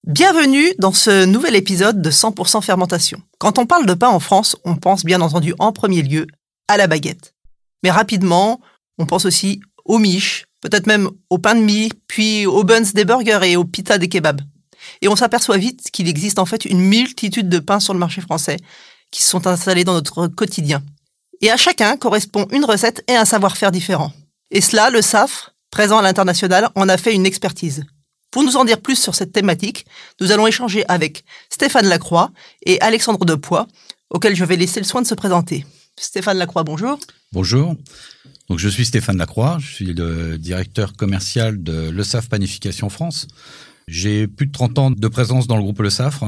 Bienvenue dans ce nouvel épisode de 100% fermentation. Quand on parle de pain en France, on pense bien entendu en premier lieu à la baguette. Mais rapidement, on pense aussi aux miches, peut-être même au pain de mie, puis aux buns des burgers et aux pitas des kebabs. Et on s'aperçoit vite qu'il existe en fait une multitude de pains sur le marché français qui se sont installés dans notre quotidien. Et à chacun correspond une recette et un savoir-faire différent. Et cela, le SAFRE, présent à l'international, en a fait une expertise. Pour nous en dire plus sur cette thématique, nous allons échanger avec Stéphane Lacroix et Alexandre Depoix, auxquels je vais laisser le soin de se présenter. Stéphane Lacroix, bonjour. Bonjour. Donc, je suis Stéphane Lacroix, je suis le directeur commercial de Le Safre Panification France. J'ai plus de 30 ans de présence dans le groupe Le Safre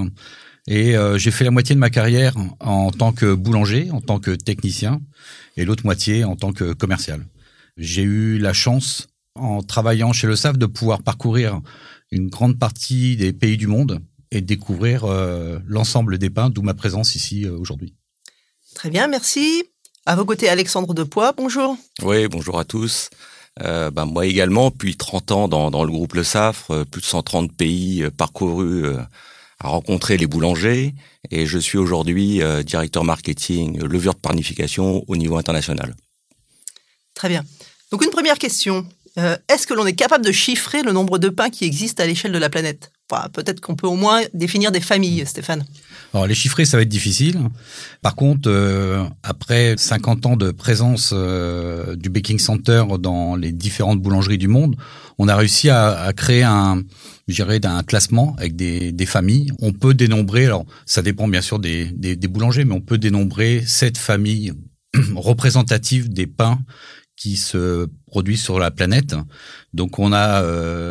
et j'ai fait la moitié de ma carrière en tant que boulanger, en tant que technicien et l'autre moitié en tant que commercial. J'ai eu la chance, en travaillant chez Le Safre, de pouvoir parcourir une grande partie des pays du monde et découvrir l'ensemble des pains, d'où ma présence ici aujourd'hui. Très bien, merci. À vos côtés, Alexandre Depoix, bonjour. Oui, bonjour à tous. Moi également, depuis 30 ans dans le groupe Le Safre, plus de 130 pays parcourus à rencontrer les boulangers, et je suis aujourd'hui directeur marketing levure de panification au niveau international. Très bien. Donc une première question. Est-ce que l'on est capable de chiffrer le nombre de pains qui existent à l'échelle de la planète ? Peut-être qu'on peut au moins définir des familles, Stéphane. Alors, les chiffrer, ça va être difficile. Par contre, après 50 ans de présence du Baking Center dans les différentes boulangeries du monde, on a réussi à créer un classement avec des familles. On peut dénombrer, alors ça dépend bien sûr des boulangers, mais on peut dénombrer 7 familles représentatives des pains qui se produisent sur la planète. Donc on a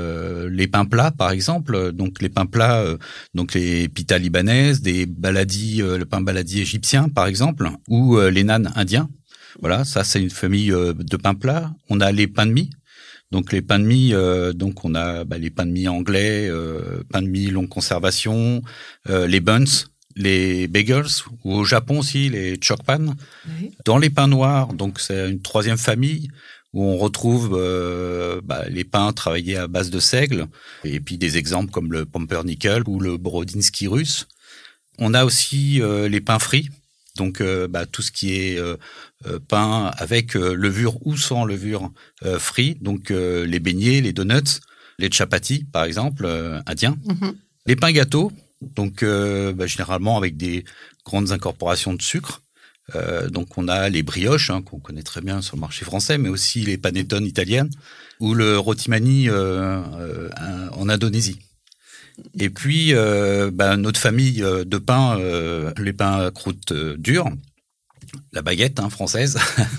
les pains plats par exemple, donc les pains plats, donc les pitas libanaises, des baladis, le pain baladi égyptien par exemple, ou les naans indiens. Voilà, ça c'est une famille de pains plats. On a les pains de mie. Donc les pains de mie, donc on a les pains de mie anglais, pains de mie longue conservation, les buns, les bagels, ou au Japon aussi les chokpan. Oui. Dans les pains noirs, donc c'est une troisième famille où on retrouve les pains travaillés à base de seigle, et puis des exemples comme le pumpernickel ou le borodinski russe. On a aussi les pains frits, donc tout ce qui est pain avec levure ou sans levure frits, donc les beignets, les donuts, les chapatis par exemple, indiens. Mm-hmm. Les pains gâteaux, donc généralement avec des grandes incorporations de sucre. Donc on a les brioches qu'on connaît très bien sur le marché français, mais aussi les panettone italiennes ou le rotimani en Indonésie. Et puis notre famille de pains, les pains à croûte dure, la baguette française.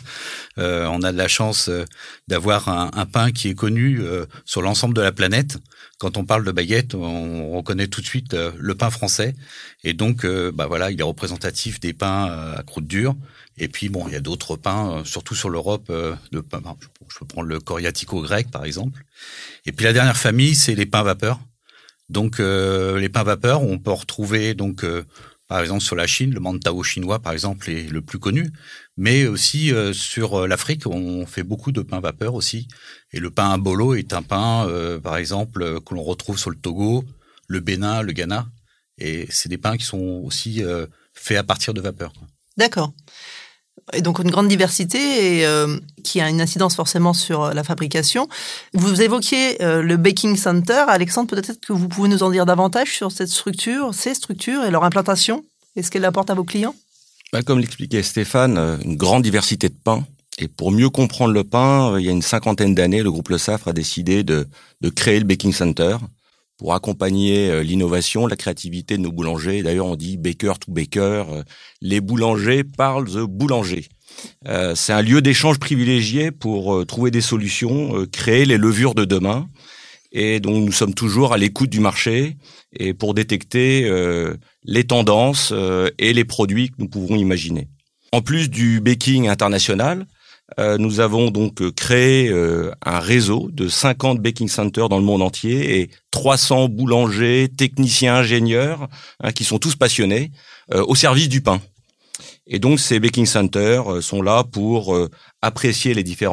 On a de la chance d'avoir un pain qui est connu sur l'ensemble de la planète. Quand on parle de baguette, on reconnaît tout de suite le pain français. Et donc, il est représentatif des pains à croûte dure. Et puis, il y a d'autres pains, surtout sur l'Europe. Je peux prendre le coriatico grec, par exemple. Et puis, la dernière famille, c'est les pains vapeur. Donc, les pains vapeur, on peut retrouver donc par exemple sur la Chine, le mantao chinois, par exemple, est le plus connu. Mais aussi sur l'Afrique, on fait beaucoup de pain vapeur aussi. Et le pain bolo est un pain, par exemple, que l'on retrouve sur le Togo, le Bénin, le Ghana. Et c'est des pains qui sont aussi faits à partir de vapeur. D'accord. Et donc une grande diversité et qui a une incidence forcément sur la fabrication. Vous évoquiez le Baking Center. Alexandre, peut-être que vous pouvez nous en dire davantage sur ces structures et leur implantation. Est-ce qu'elle apporte à vos clients ? Comme l'expliquait Stéphane, une grande diversité de pains. Et pour mieux comprendre le pain, il y a une 50aine d'années, le groupe Le Safre a décidé de créer le Baking Center pour accompagner l'innovation, la créativité de nos boulangers. D'ailleurs, on dit baker to baker. Les boulangers parlent de boulanger. C'est un lieu d'échange privilégié pour trouver des solutions, créer les levures de demain. Et donc, nous sommes toujours à l'écoute du marché et pour détecter les tendances et les produits que nous pouvons imaginer. En plus du baking international, nous avons donc créé un réseau de 50 baking centers dans le monde entier et 300 boulangers, techniciens, ingénieurs qui sont tous passionnés au service du pain. Et donc ces baking centers sont là pour apprécier les différentes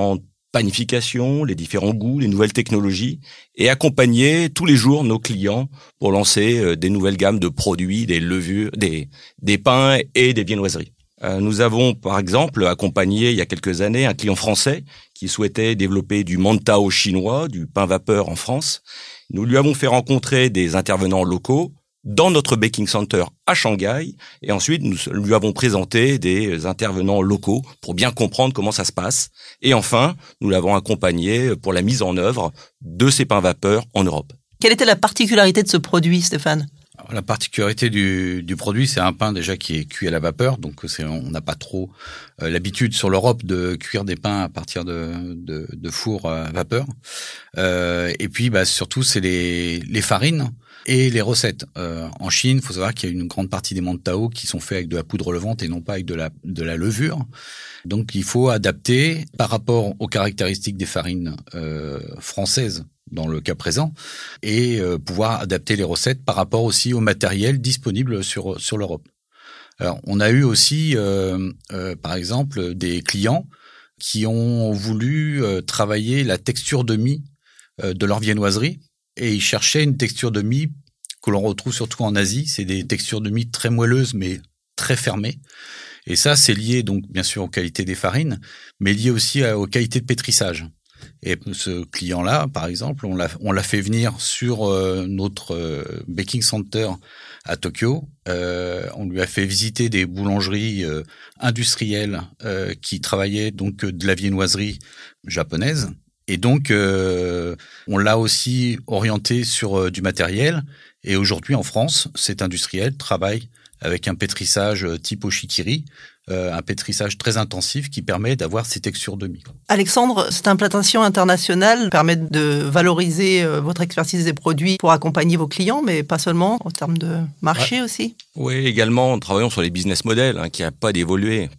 panification, les différents goûts, les nouvelles technologies, et accompagner tous les jours nos clients pour lancer des nouvelles gammes de produits, des levures, des pains et des viennoiseries. Nous avons par exemple accompagné il y a quelques années un client français qui souhaitait développer du Mantao chinois, du pain vapeur en France. Nous lui avons fait rencontrer des intervenants locaux dans notre baking center à Shanghai, et ensuite nous lui avons présenté des intervenants locaux pour bien comprendre comment ça se passe. Et enfin, nous l'avons accompagné pour la mise en œuvre de ces pains vapeur en Europe. Quelle était la particularité de ce produit, Stéphane ? Alors, la particularité du produit, c'est un pain déjà qui est cuit à la vapeur, donc on n'a pas trop l'habitude sur l'Europe de cuire des pains à partir de fours à vapeur. Et puis surtout, c'est les farines et les recettes. En Chine, il faut savoir qu'il y a une grande partie des Mantao qui sont faits avec de la poudre levante et non pas avec de la levure. Donc il faut adapter par rapport aux caractéristiques des farines françaises dans le cas présent, et pouvoir adapter les recettes par rapport aussi au matériel disponible sur l'Europe. Alors, on a eu aussi, par exemple, des clients qui ont voulu travailler la texture de mie de leur viennoiserie, et ils cherchaient une texture de mie que l'on retrouve surtout en Asie. C'est des textures de mie très moelleuses, mais très fermées. Et ça, c'est lié donc bien sûr aux qualités des farines, mais lié aussi aux qualités de pétrissage. Et ce client-là, par exemple, on l'a fait venir sur notre baking center à Tokyo. On lui a fait visiter des boulangeries industrielles qui travaillaient donc de la viennoiserie japonaise. Et donc, on l'a aussi orienté sur du matériel. Et aujourd'hui, en France, cet industriel travaille avec un pétrissage type Oshikiri, un pétrissage très intensif qui permet d'avoir ces textures de mie. Alexandre, cette implantation internationale permet de valoriser votre expertise des produits pour accompagner vos clients, mais pas seulement, en termes de marché aussi. Oui, également, travaillons sur les business models qui n'arrêtent pas d'évoluer.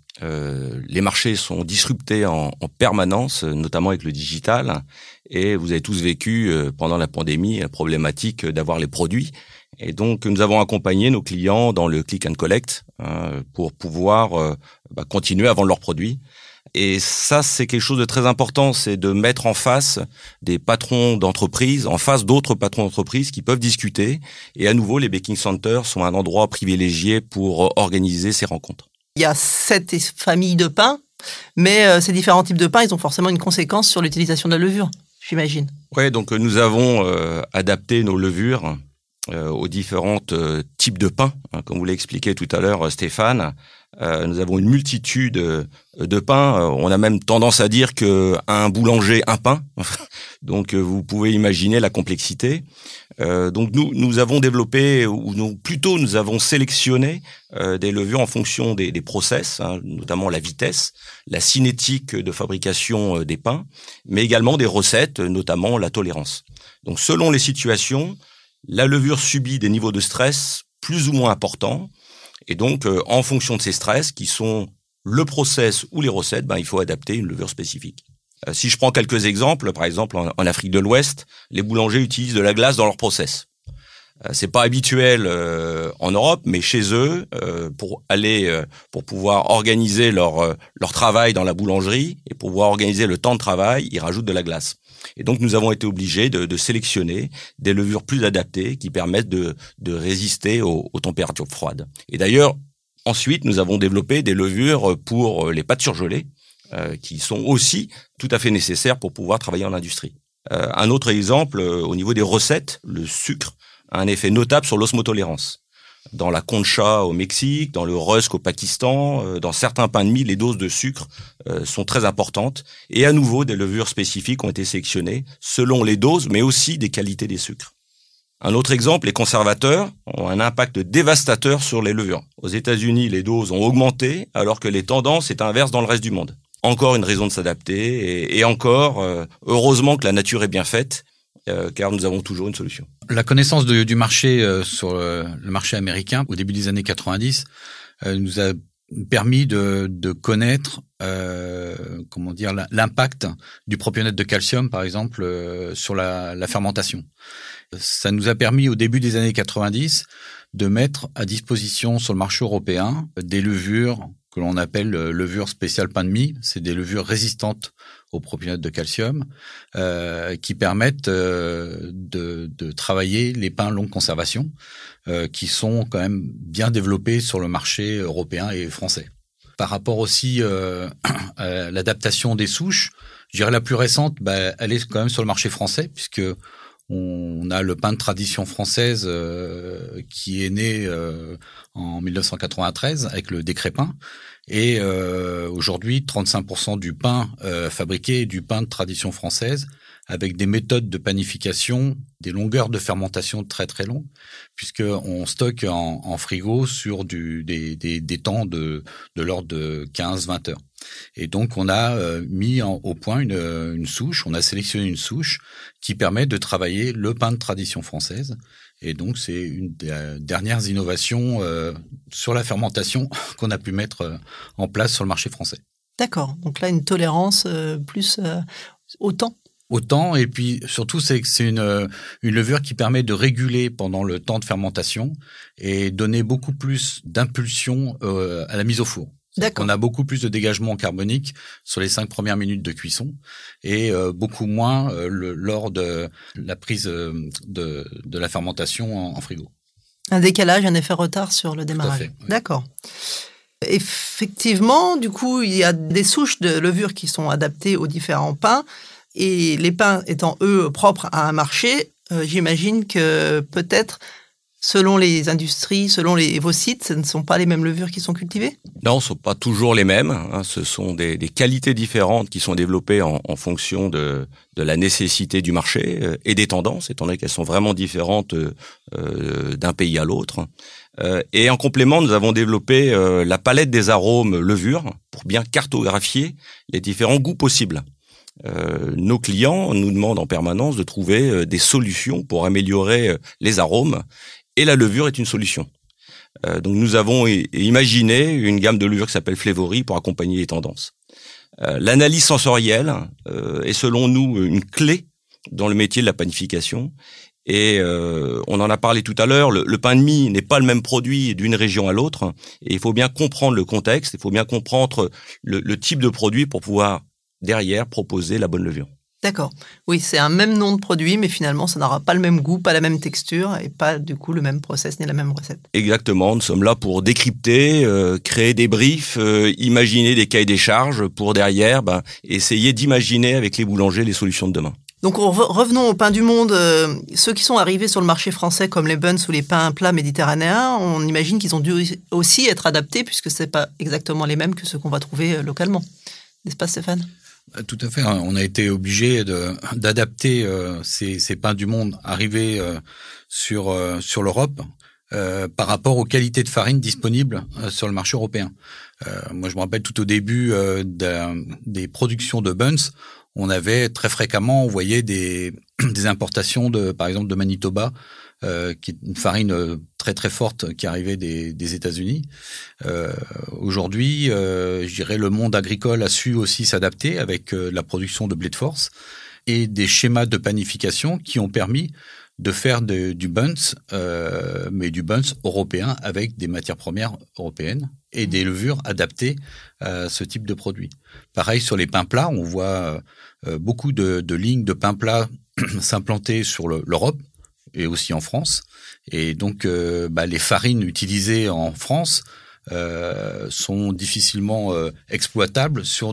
Les marchés sont disruptés en permanence, notamment avec le digital. Et vous avez tous vécu pendant la pandémie la problématique d'avoir les produits. Et donc, nous avons accompagné nos clients dans le click and collect pour pouvoir continuer à vendre leurs produits. Et ça, c'est quelque chose de très important, c'est de mettre en face des patrons d'entreprise, en face d'autres patrons d'entreprise qui peuvent discuter. Et à nouveau, les baking centers sont un endroit privilégié pour organiser ces rencontres. Il y a 7 familles de pains, mais ces différents types de pains, ils ont forcément une conséquence sur l'utilisation de la levure, j'imagine. Oui, donc nous avons adapté nos levures aux différents types de pains. Comme vous l'a expliqué tout à l'heure, Stéphane, nous avons une multitude de pains. On a même tendance à dire qu'un boulanger, un pain. Donc, vous pouvez imaginer la complexité. Donc, nous avons développé, nous avons sélectionné des levures en fonction des process, notamment la vitesse, la cinétique de fabrication des pains, mais également des recettes, notamment la tolérance. Donc, selon les situations, la levure subit des niveaux de stress plus ou moins importants. Et donc, en fonction de ces stress, qui sont le process ou les recettes, il faut adapter une levure spécifique. Si je prends quelques exemples, par exemple, en Afrique de l'Ouest, les boulangers utilisent de la glace dans leur process. C'est pas habituel en Europe, mais chez eux, pour pouvoir organiser leur travail dans la boulangerie et pour pouvoir organiser le temps de travail, ils rajoutent de la glace. Et donc, nous avons été obligés de sélectionner des levures plus adaptées qui permettent de résister aux températures froides. Et d'ailleurs, ensuite, nous avons développé des levures pour les pâtes surgelées qui sont aussi tout à fait nécessaires pour pouvoir travailler en industrie. Un autre exemple, au niveau des recettes, le sucre a un effet notable sur l'osmotolérance. Dans la concha au Mexique, dans le rusk au Pakistan, dans certains pains de mie, les doses de sucre sont très importantes. Et à nouveau, des levures spécifiques ont été sélectionnées selon les doses, mais aussi des qualités des sucres. Un autre exemple, les conservateurs ont un impact dévastateur sur les levures. Aux États-Unis, les doses ont augmenté, alors que les tendances sont inverses dans le reste du monde. Encore une raison de s'adapter, et encore, heureusement que la nature est bien faite, car nous avons toujours une solution. La connaissance du marché sur le marché américain au début des années 90 nous a permis de connaître l'impact du propionate de calcium, par exemple, sur la fermentation. Ça nous a permis au début des années 90 de mettre à disposition sur le marché européen des levures que l'on appelle levure spéciale pain de mie. C'est des levures résistantes au propionate de calcium qui permettent de travailler les pains longue conservation qui sont quand même bien développés sur le marché européen et français. Par rapport aussi à l'adaptation des souches, je dirais la plus récente, elle est quand même sur le marché français puisque on a le pain de tradition française qui est né en 1993 avec le décret pain. Et aujourd'hui, 35% du pain fabriqué est du pain de tradition française avec des méthodes de panification, des longueurs de fermentation très très longues, puisqu'on stocke en frigo sur des temps de l'ordre de 15-20 heures. Et donc, on a mis au point une souche, on a sélectionné une souche qui permet de travailler le pain de tradition française. Et donc, c'est une des dernières innovations sur la fermentation qu'on a pu mettre en place sur le marché français. D'accord. Donc là, une tolérance plus au temps. Au temps, et puis surtout, c'est une levure qui permet de réguler pendant le temps de fermentation et donner beaucoup plus d'impulsion à la mise au four. D'accord. On a beaucoup plus de dégagement carbonique sur les 5 premières minutes de cuisson et beaucoup moins lors de la prise de la fermentation en frigo. Un décalage, un effet retard sur le démarrage. Tout à fait, oui. D'accord. Effectivement, du coup, il y a des souches de levure qui sont adaptées aux différents pains. Et les pains étant, eux, propres à un marché, j'imagine que peut-être, selon les industries, selon vos sites, ce ne sont pas les mêmes levures qui sont cultivées ? Non, ce ne sont pas toujours les mêmes. Ce sont des qualités différentes qui sont développées en fonction de la nécessité du marché et des tendances, étant donné qu'elles sont vraiment différentes d'un pays à l'autre. Et en complément, nous avons développé la palette des arômes levures pour bien cartographier les différents goûts possibles. Nos clients nous demandent en permanence de trouver des solutions pour améliorer les arômes et la levure est une solution. Donc nous avons imaginé une gamme de levures qui s'appelle Flavory pour accompagner les tendances. L'analyse sensorielle est selon nous une clé dans le métier de la panification et on en a parlé tout à l'heure, le pain de mie n'est pas le même produit d'une région à l'autre et il faut bien comprendre le contexte, il faut bien comprendre le type de produit pour pouvoir derrière proposer la bonne levure. D'accord. Oui, c'est un même nom de produit, mais finalement, ça n'aura pas le même goût, pas la même texture et pas du coup le même process ni la même recette. Exactement. Nous sommes là pour décrypter, créer des briefs, imaginer des cahiers des charges pour derrière essayer d'imaginer avec les boulangers les solutions de demain. Donc revenons au pain du monde. Ceux qui sont arrivés sur le marché français comme les buns ou les pains plats méditerranéens, on imagine qu'ils ont dû aussi être adaptés puisque c'est pas exactement les mêmes que ceux qu'on va trouver localement. N'est-ce pas, Stéphane ? Tout à fait. On a été obligé d'adapter ces pains du monde arrivés sur l'Europe par rapport aux qualités de farine disponibles sur le marché européen. Moi, je me rappelle tout au début des productions de buns, on avait très fréquemment, on voyait des importations par exemple de Manitoba, qui est une farine très très forte qui arrivait des États-Unis. Aujourd'hui, je dirais le monde agricole a su aussi s'adapter avec la production de blé de force et des schémas de panification qui ont permis de faire du buns, mais du buns européen avec des matières premières européennes et des levures adaptées à ce type de produit. Pareil sur les pains plats, on voit beaucoup de lignes de pains plats s'implanter sur l'Europe et aussi en France. Et donc, les farines utilisées en France sont difficilement exploitables sur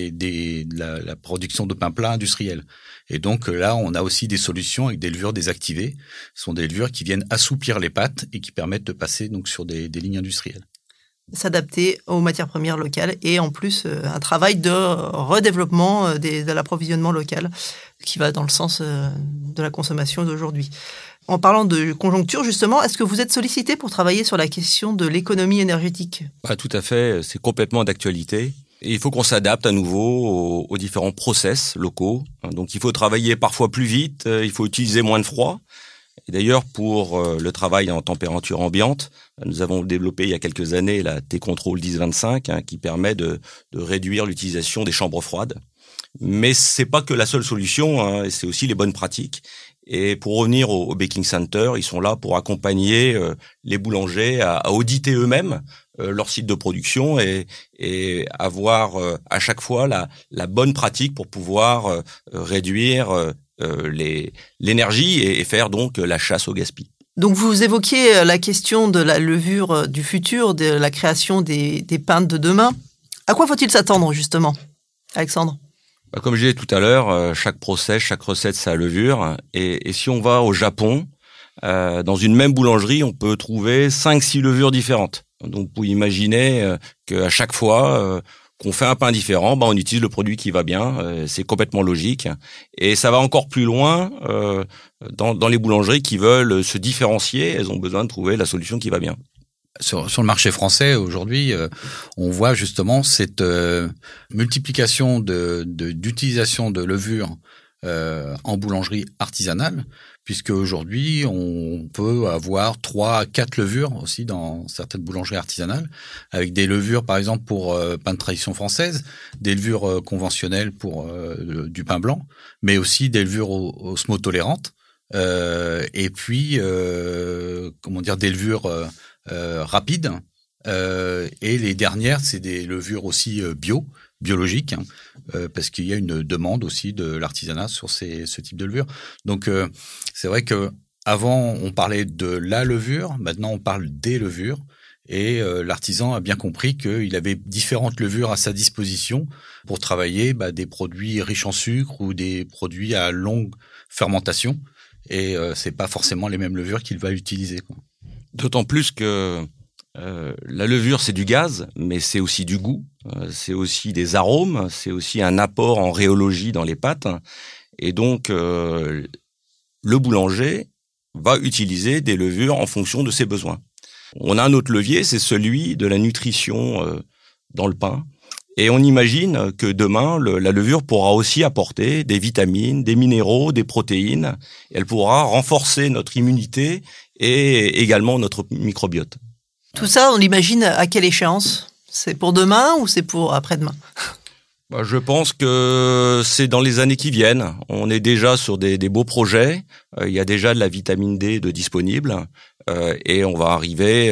la production de pain plat industriel. Et donc là, on a aussi des solutions avec des levures désactivées. Ce sont des levures qui viennent assouplir les pâtes et qui permettent de passer donc sur des lignes industrielles. S'adapter aux matières premières locales et en plus un travail de redéveloppement de l'approvisionnement local qui va dans le sens de la consommation d'aujourd'hui. En parlant de conjoncture, justement, est-ce que vous êtes sollicité pour travailler sur la question de l'économie énergétique ? Tout à fait, c'est complètement d'actualité. Et il faut qu'on s'adapte à nouveau aux différents process locaux. Donc il faut travailler parfois plus vite, il faut utiliser moins de froid. Et d'ailleurs, pour le travail en température ambiante, nous avons développé il y a quelques années la T-Control 1025 qui permet de réduire l'utilisation des chambres froides. Mais c'est pas que la seule solution, c'est aussi les bonnes pratiques. Et pour revenir au Baking Center, ils sont là pour accompagner les boulangers à auditer eux-mêmes leur site de production et avoir à chaque fois la bonne pratique pour pouvoir réduire l'énergie et faire donc la chasse au gaspillage. Donc vous évoquiez la question de la levure du futur, de la création des pains de demain. À quoi faut-il s'attendre justement, Alexandre ? Comme je disais tout à l'heure, chaque process, chaque recette, sa levure. Et si on va au Japon, dans une même boulangerie, on peut trouver 5-6 levures différentes. Donc vous pouvez imaginer qu'à chaque fois qu'on fait un pain différent, on utilise le produit qui va bien. C'est complètement logique. Et ça va encore plus loin dans les boulangeries qui veulent se différencier. Elles ont besoin de trouver la solution qui va bien. Sur le marché français aujourd'hui, on voit justement cette multiplication d'utilisation de levure en boulangerie artisanale, puisque aujourd'hui on peut avoir 3 à 4 levures aussi dans certaines boulangeries artisanales, avec des levures par exemple pour pain de tradition française, des levures conventionnelles pour du pain blanc, mais aussi des levures osmotolérantes, et puis des levures rapides, et les dernières c'est des levures aussi biologiques, parce qu'il y a une demande aussi de l'artisanat sur ce type de levure. Donc c'est vrai que avant on parlait de la levure, maintenant on parle des levures, et l'artisan a bien compris qu'il avait différentes levures à sa disposition pour travailler des produits riches en sucre ou des produits à longue fermentation, et c'est pas forcément les mêmes levures qu'il va utiliser, quoi. D'autant plus que la levure, c'est du gaz, mais c'est aussi du goût, c'est aussi des arômes, c'est aussi un apport en rhéologie dans les pâtes. Et donc, le boulanger va utiliser des levures en fonction de ses besoins. On a un autre levier, c'est celui de la nutrition dans le pain. Et on imagine que demain, la levure pourra aussi apporter des vitamines, des minéraux, des protéines. Elle pourra renforcer notre immunité et également notre microbiote. Tout ça, on l'imagine à quelle échéance ? C'est pour demain ou c'est pour après-demain ? Je pense que c'est dans les années qui viennent. On est déjà sur des beaux projets. Il y a déjà de la vitamine D de disponible. Et on va arriver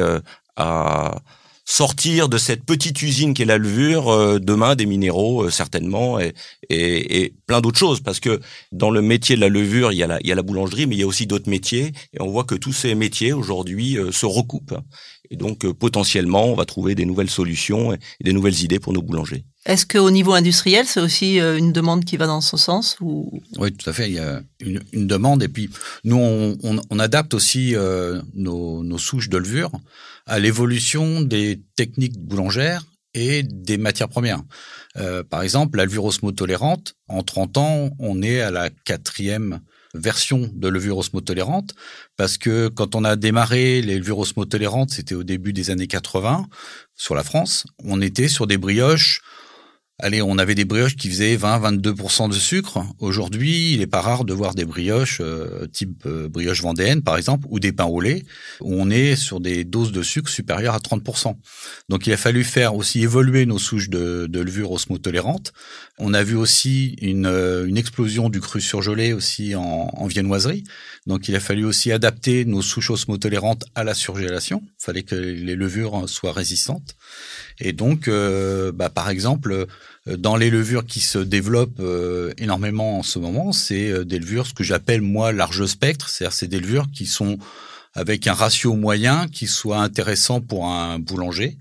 à sortir de cette petite usine qu'est la levure, demain des minéraux certainement, et plein d'autres choses, parce que dans le métier de la levure, il y a la boulangerie, mais il y a aussi d'autres métiers, et on voit que tous ces métiers aujourd'hui se recoupent. Et donc potentiellement, on va trouver des nouvelles solutions et des nouvelles idées pour nos boulangers. Est-ce qu'au niveau industriel, c'est aussi une demande qui va dans ce sens ou... Oui, tout à fait. Il y a une demande. Et puis, nous, on adapte aussi nos souches de levure à l'évolution des techniques boulangères et des matières premières. Par exemple, la levure osmotolérante, en 30 ans, on est à la 4e version de levure osmotolérante, parce que quand on a démarré les levures osmotolérantes, c'était au début des années 80, sur la France, on était sur des brioches. On avait des brioches qui faisaient 20-22% de sucre. Aujourd'hui, il n'est pas rare de voir des brioches type brioche vendéenne, par exemple, ou des pains au lait, où on est sur des doses de sucre supérieures à 30%. Donc, il a fallu faire aussi évoluer nos souches de levure osmotolérantes. On a vu aussi une explosion du cru surgelé aussi en viennoiserie. Donc, il a fallu aussi adapter nos souches osmotolérantes à la surgélation. Il fallait que les levures soient résistantes. Et donc, par exemple, dans les levures qui se développent énormément en ce moment, c'est des levures, ce que j'appelle moi large spectre, c'est-à-dire c'est des levures qui sont avec un ratio moyen qui soit intéressant pour un boulanger,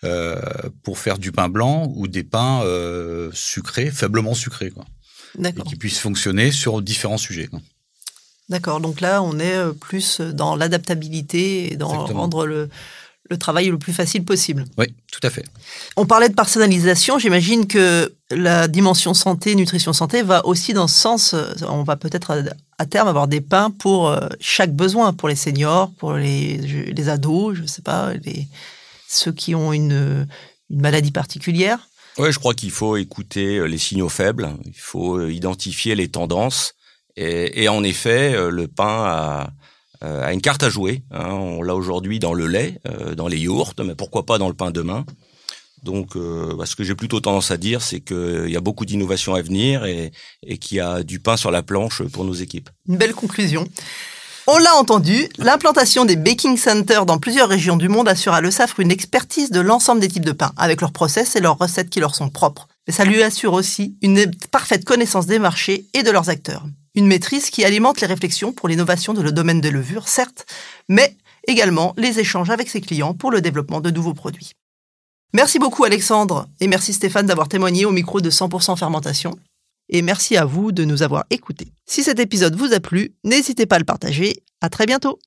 pour faire du pain blanc ou des pains sucrés, faiblement sucrés, quoi. D'accord. Et qui puissent fonctionner sur différents sujets, quoi. D'accord, donc là, on est plus dans l'adaptabilité et dans Exactement. rendre le travail le plus facile possible. Oui, tout à fait. On parlait de personnalisation, j'imagine que la dimension santé, nutrition santé va aussi dans ce sens. On va peut-être à terme avoir des pains pour chaque besoin, pour les seniors, pour les ados, je ne sais pas, ceux qui ont une maladie particulière. Oui, je crois qu'il faut écouter les signaux faibles, il faut identifier les tendances, et en effet, le pain a une carte à jouer. On l'a aujourd'hui dans le lait, dans les yaourts, mais pourquoi pas dans le pain demain. Donc, ce que j'ai plutôt tendance à dire, c'est qu'il y a beaucoup d'innovations à venir et qu'il y a du pain sur la planche pour nos équipes. Une belle conclusion. On l'a entendu, l'implantation des baking centers dans plusieurs régions du monde assure à Le Saffre une expertise de l'ensemble des types de pain, avec leurs process et leurs recettes qui leur sont propres. Mais ça lui assure aussi une parfaite connaissance des marchés et de leurs acteurs. Une maîtrise qui alimente les réflexions pour l'innovation de le domaine des levures, certes, mais également les échanges avec ses clients pour le développement de nouveaux produits. Merci beaucoup Alexandre et merci Stéphane d'avoir témoigné au micro de 100% Fermentation. Et merci à vous de nous avoir écoutés. Si cet épisode vous a plu, n'hésitez pas à le partager. À très bientôt.